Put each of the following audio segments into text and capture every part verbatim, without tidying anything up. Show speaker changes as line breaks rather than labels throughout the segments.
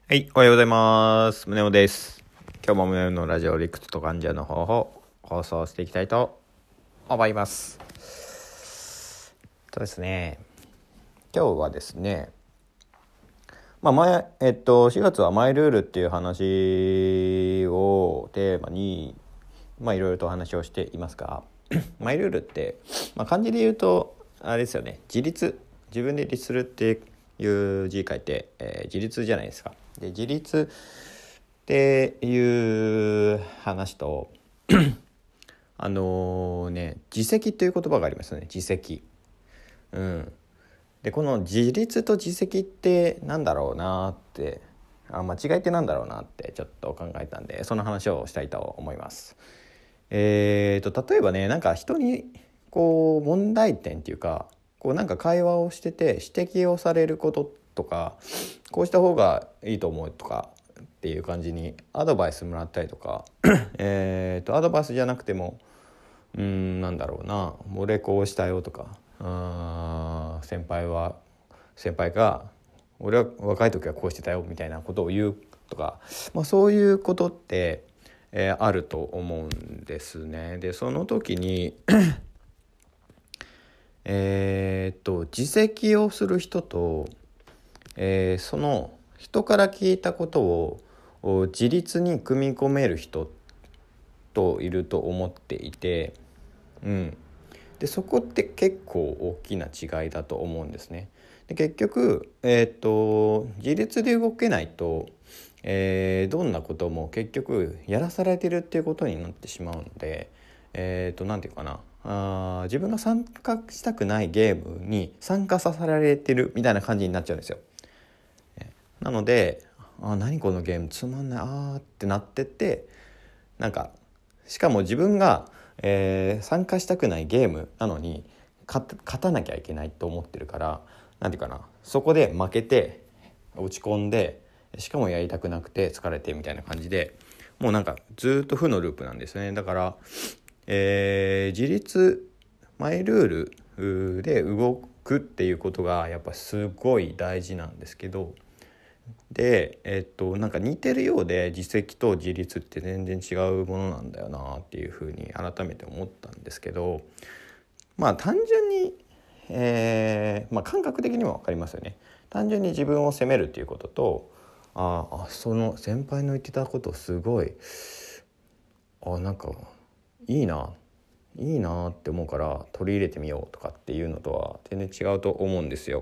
はい、おはようございます。宗男です。今日も宗男のラジオ理屈と患者の方法放送していきたいと思います。そうですね。今日はですね、まあ前えっとしがつはマイルールっていう話をテーマにまあいろいろとお話をしていますが、マイルールって、まあ、漢字で言うとあれですよね。自立、自分で立するっていう字書いて、えー、自立じゃないですか。で自立っていう話とあのーね自責という言葉がありますよね。自責。うんでこの自立と自責ってなんだろうなってあ間違いってなんだろうなってちょっと考えたんで、その話をしたいと思います。えーと例えばね、なんか人にこう問題点っていうか、こうなんか会話をしてて指摘をされることとか、こうした方がいいと思うとかっていう感じにアドバイスもらったりとかえーとアドバイスじゃなくてもうーんなんだろうな、俺こうしたよとか、あ先輩は先輩が俺は若い時はこうしてたよみたいなことを言うとか、まあ、そういうことって、えーあると思うんですね。でその時にえーっと自責をする人と、えーその人から聞いたことをお自立に組み込める人といると思っていて、うん、でそこって結構大きな違いだと思うんですね。で結局、えー、と自立で動けないと、えーどんなことも結局やらされてるっていうことになってしまうので、えー、となんていうかな、あ自分が参加したくないゲームに参加させられてるみたいな感じになっちゃうんですよ。なのであ何このゲームつまんないあーってなってって、なんかしかも自分が、えー参加したくないゲームなのに勝たなきゃいけないと思ってるから、なんていうかな、そこで負けて落ち込んで、しかもやりたくなくて疲れてみたいな感じで、もうなんかずっと負のループなんですね。だから、えー自立マイルールで動くっていうことがやっぱすごい大事なんですけど、でえっとなんか似てるようで自責と自立って全然違うものなんだよなっていうふうに改めて思ったんですけど、まあ単純に、えーまあ、感覚的にも分かりますよね。単純に自分を責めるっていうことと、ああその先輩の言ってたことすごいあなんかいいないいなって思うから取り入れてみようとかっていうのとは全然違うと思うんですよ。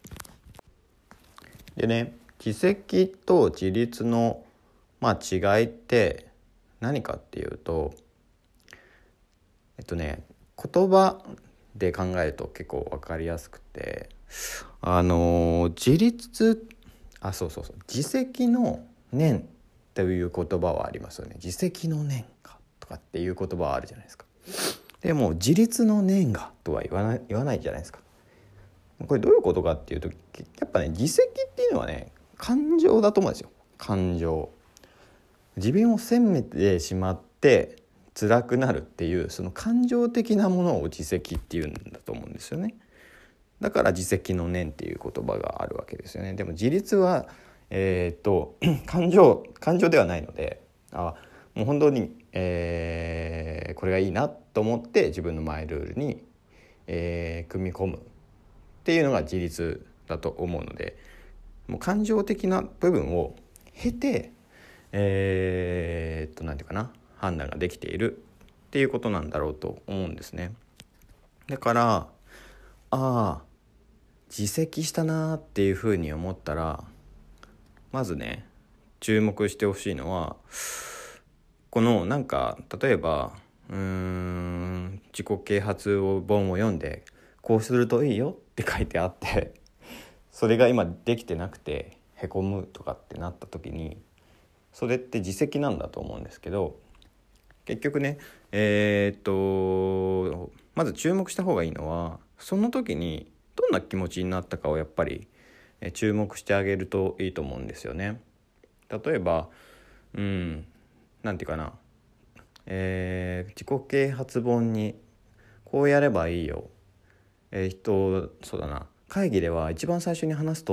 でね、自責と自立の、まあ、違いって何かっていうと、えっとね言葉で考えると結構分かりやすくて、あの自立あそうそうそう自責の念という言葉はありますよね。自責の念がとかっていう言葉はあるじゃないですか。でも自立の念がとは言わない言わないじゃないですか。これどういうことかっていうと、やっぱね自責っていうのはね感情だと思うんですよ。感情、自分を責めてしまって辛くなるっていうその感情的なものを自責っていうんだと思うんですよね。だから自責の念っていう言葉があるわけですよね。でも自立はえー、っと感情感情ではないので、あもう本当に、えーこれがいいなと思って自分のマイルールに、えー組み込むっていうのが自立だと思うので、もう感情的な部分を経てえー、っとなんていうかな判断ができているっていうことなんだろうと思うんですね。だからああ自責したなっていうふうに思ったら、まずね注目してほしいのは、このなんか例えばうーん自己啓発を本を読んでこうするといいよって書いてあってそれが今できてなくてへこむとかってなった時に、それって自責なんだと思うんですけど、結局ねえー、っとまず注目した方がいいのはその時にどんな気持ちになったかをやっぱり注目してあげるといいと思うんですよね。例えばうんなんていうかな、えー、自己啓発本にこうやればいいよ、えー、人そうだな会議では一番最初に話すと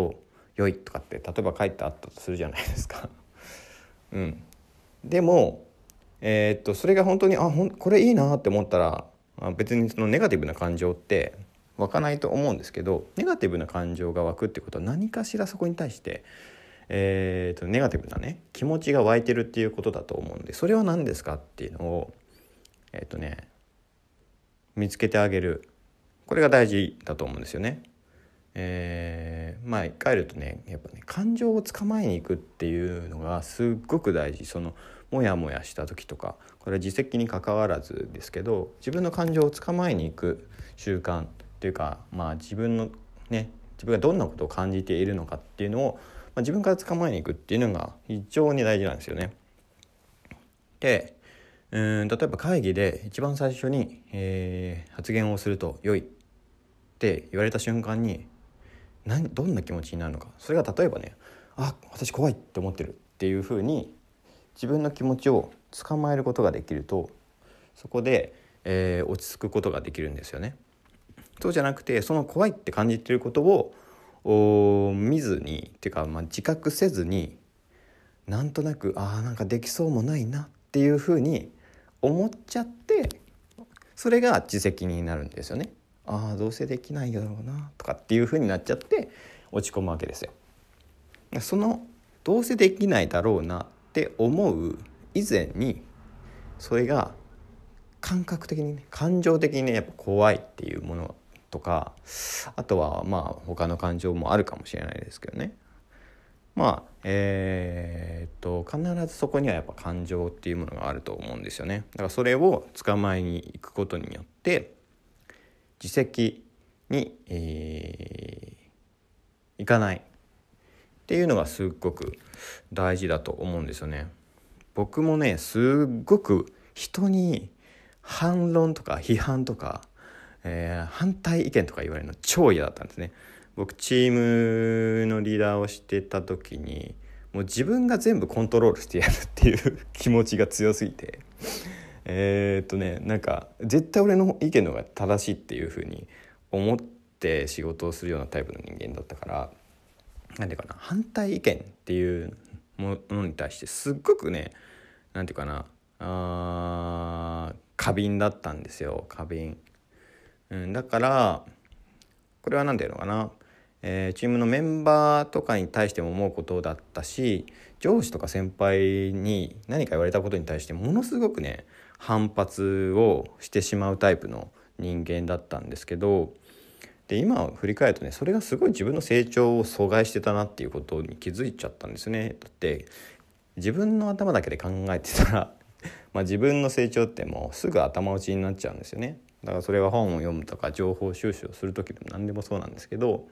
良いとかって例えば書いてあったとするじゃないですか。うん、でも、えー、っとそれが本当にあほんこれいいなって思ったら、別にそのネガティブな感情って湧かないと思うんですけど、ネガティブな感情が湧くってことは何かしらそこに対して、えー、とネガティブなね気持ちが湧いてるっていうことだと思うんで、それは何ですかっていうのをえっ、とね見つけてあげる、これが大事だと思うんですよね。えー、まあ帰るとねやっぱね感情を捕まえに行くっていうのがすっごく大事。そのモヤモヤした時とか、これは自責に関わらずですけど、自分の感情を捕まえに行く習慣っていうか、まあ自分のね自分がどんなことを感じているのかっていうのを、まあ、自分から捕まえに行くっていうのが非常に大事なんですよね。で、うん例えば会議で一番最初に、えー発言をすると良いって言われた瞬間に何どんな気持ちになるのか。それが例えばね、あ私怖いって思ってるっていうふうに自分の気持ちを捕まえることができると、そこで、えー落ち着くことができるんですよね。そうじゃなくて、その怖いって感じていることをお見ずにっていうか、まあ、自覚せずに、なんとなくあーなんかできそうもないなっていうふうに思っちゃって、それが自責になるんですよね。ああどうせできないだろうなとかっていうふうになっちゃって落ち込むわけですよ。そのどうせできないだろうなって思う以前に、それが感覚的にね感情的にねやっぱ怖いっていうものとか、あとはまあ他の感情もあるかもしれないですけどね、まあえー、っと必ずそこにはやっぱ感情っていうものがあると思うんですよね。だからそれを捕まえに行くことによって自責に、えー、行かないっていうのがすっごく大事だと思うんですよね。僕もねすっごく人に反論とか批判とか、えー反対意見とか言われるの超嫌だったんですね。僕チームのリーダーをしてた時に、もう自分が全部コントロールしてやるっていう気持ちが強すぎて、えーっとねなんか絶対俺の意見の方が正しいっていう風に思って仕事をするようなタイプの人間だったから、なんていうかな、反対意見っていうものに対してすっごくね、なんていうかな、あー過敏だったんですよ。過敏、うん、だからこれは何ていうのかな、えーチームのメンバーとかに対しても思うことだったし、上司とか先輩に何か言われたことに対してものすごくね反発をしてしまうタイプの人間だったんですけど、で今振り返るとねそれがすごい自分の成長を阻害してたなっていうことに気づいちゃったんですね。だって自分の頭だけで考えてたらまあ自分の成長ってもうすぐ頭打ちになっちゃうんですよね。だからそれは本を読むとか情報収集をする時でも何でもそうなんですけど、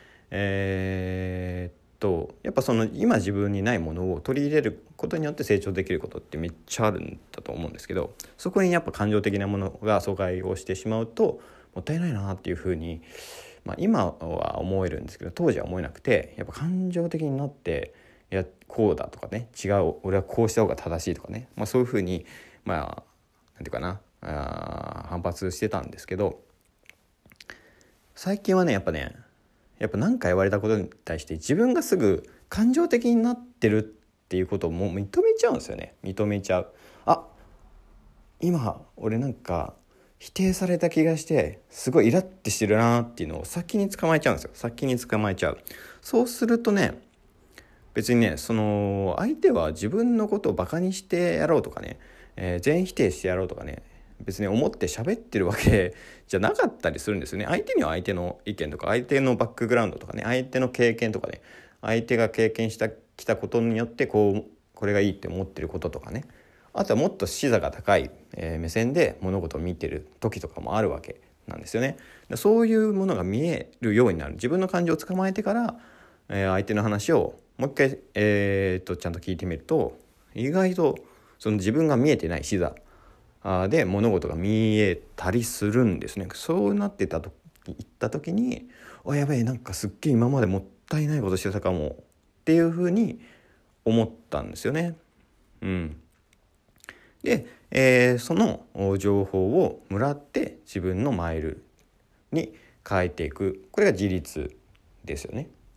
えー、っとやっぱその今自分にないものを取り入れることによって成長できることってめっちゃあるんだと思うんですけど、そこにやっぱ感情的なものが阻害をしてしまうともったいないなっていうふうに、まあ、今は思えるんですけど当時は思えなくて、やっぱ感情的になっていやこうだとかね、違う俺はこうした方が正しいとかね、まあ、そういうふうにまあなんていうかなあ反発してたんですけど、最近はねやっぱねやっぱ何か言われたことに対して自分がすぐ感情的になってるっていうことをもう認めちゃうんですよね。認めちゃう。あ今俺なんか否定された気がしてすごいイラッてしてるなっていうのを先に捕まえちゃうんですよ。先に捕まえちゃう。そうするとね別にねその相手は自分のことをバカにしてやろうとかね、えー全否定してやろうとかね別に思って喋ってるわけじゃなかったりするんですよね。相手には相手の意見とか相手のバックグラウンドとかね相手の経験とかね相手が経験したきたことによってこうこれがいいって思ってることとかね、あとはもっと視座が高い、えー目線で物事を見てる時とかもあるわけなんですよね。そういうものが見えるようになる、自分の感情を捕まえてから、えー相手の話をもう一回、えー、とちゃんと聞いてみると意外とその自分が見えてない視座あーで物事が見えたりするんですね。そうなってたと言った時にあやべえなんかすっげえ今までもったいないことしてたかもっていうふうに思ったんですよね。うん、で、えーその情報をもらって自分のマイルに変えていく、これが自立ですよね。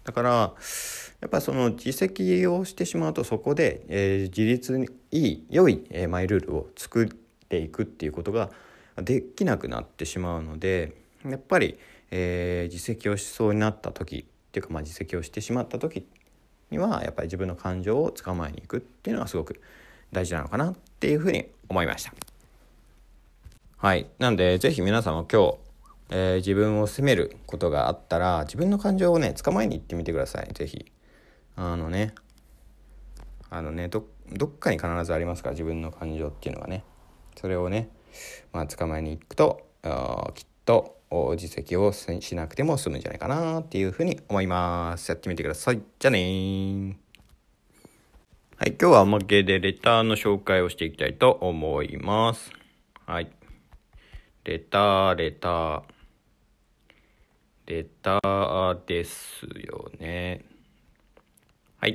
だからやっぱその自責をしてしまうと、そこで、えー、自立にいい良い、えー、マイルールを作っていくっていうことができなくなってしまうので、やっぱり、えー、自責をしそうになった時っていうか、まあ、自責をしてしまった時にはやっぱり自分の感情を捕まえに行くっていうのがすごく大事なのかなっていうふうに思いました。はい。なんでぜひ皆さんも今日、えー、自分を責めることがあったら、自分の感情をね捕まえに行ってみてください。ぜひあのねあのねどどっかに必ずありますから、自分の感情っていうのがね。それをね、まあ、捕まえに行くときっと自責をしなくても済むんじゃないかなっていうふうに思います。やってみてください。じゃあねー。はい、今日はおまけでレターの紹介をしていきたいと思います。はい。レター、レター。レターですよね。はい。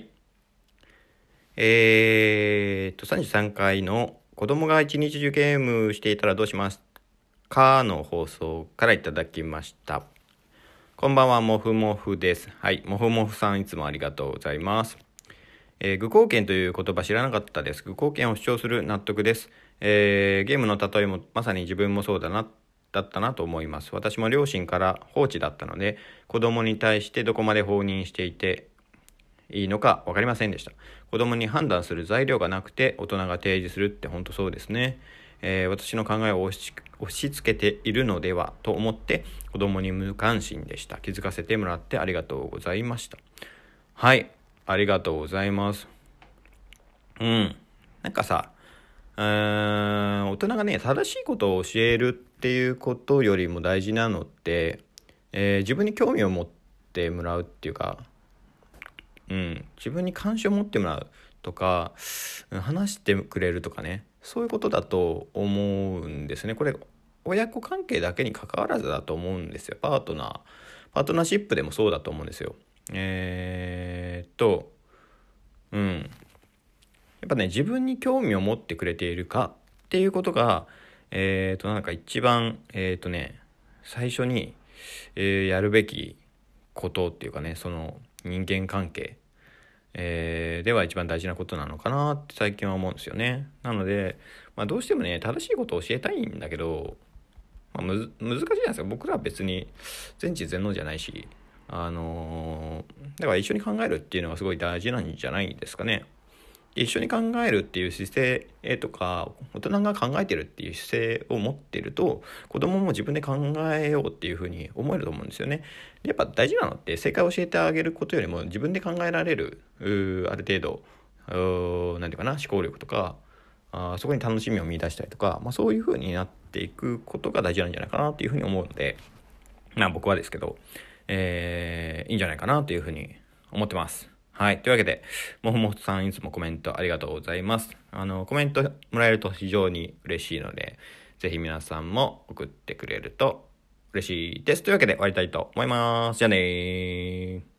えーと、さんじゅうさんかいの子供が一日中ゲームしていたらどうしますかの放送からいただきました。こんばんは、もふもふです。はい、もふもふさんいつもありがとうございます。えー、愚行権という言葉知らなかったです。愚行権を主張する納得です。えー、ゲームの例えもまさに自分もそうだな、だったなと思います。私も両親から放置だったので、子供に対してどこまで放任していていいのか分かりませんでした。子供に判断する材料がなくて大人が提示するって本当そうですね。えー、私の考えを押し、押し付けているのではと思って子供に無関心でした。気づかせてもらってありがとうございました。はい、ありがとうございます。うん。なんかさ、うーん、大人がね、正しいことを教えるっていうことよりも大事なのって、えー、自分に興味を持ってもらうっていうか、うん、自分に関心を持ってもらうとか、話してくれるとかね、そういうことだと思うんですね。これ親子関係だけに関わらずだと思うんですよ。パートナーパートナーシップでもそうだと思うんですよ。えー、っとうんやっぱね、自分に興味を持ってくれているかっていうことが、えー、っとなんか一番えー、っとね最初に、えー、やるべきことっていうかね、その人間関係えー、では一番大事なことなのかなって最近は思うんですよね。なので、まあ、どうしてもね正しいことを教えたいんだけど、まあ、むず難しいじゃないですか。僕らは別に全知全能じゃないし、あのー、だから一緒に考えるっていうのがすごい大事なんじゃないですかね。一緒に考えるっていう姿勢とか、大人が考えてるっていう姿勢を持ってると、子供も自分で考えようっていうふうに思えると思うんですよね。でやっぱ大事なのって正解を教えてあげることよりも自分で考えられるある程度何て言うかな、思考力とか、あそこに楽しみを見出したりとか、まあ、そういうふうになっていくことが大事なんじゃないかなっていうふうに思うので、まあ僕はですけど、えー、いいんじゃないかなというふうに思ってます。はい。というわけで、もふもふさんいつもコメントありがとうございます。あの、コメントもらえると非常に嬉しいので、ぜひ皆さんも送ってくれると嬉しいです。というわけで終わりたいと思います。じゃあねー。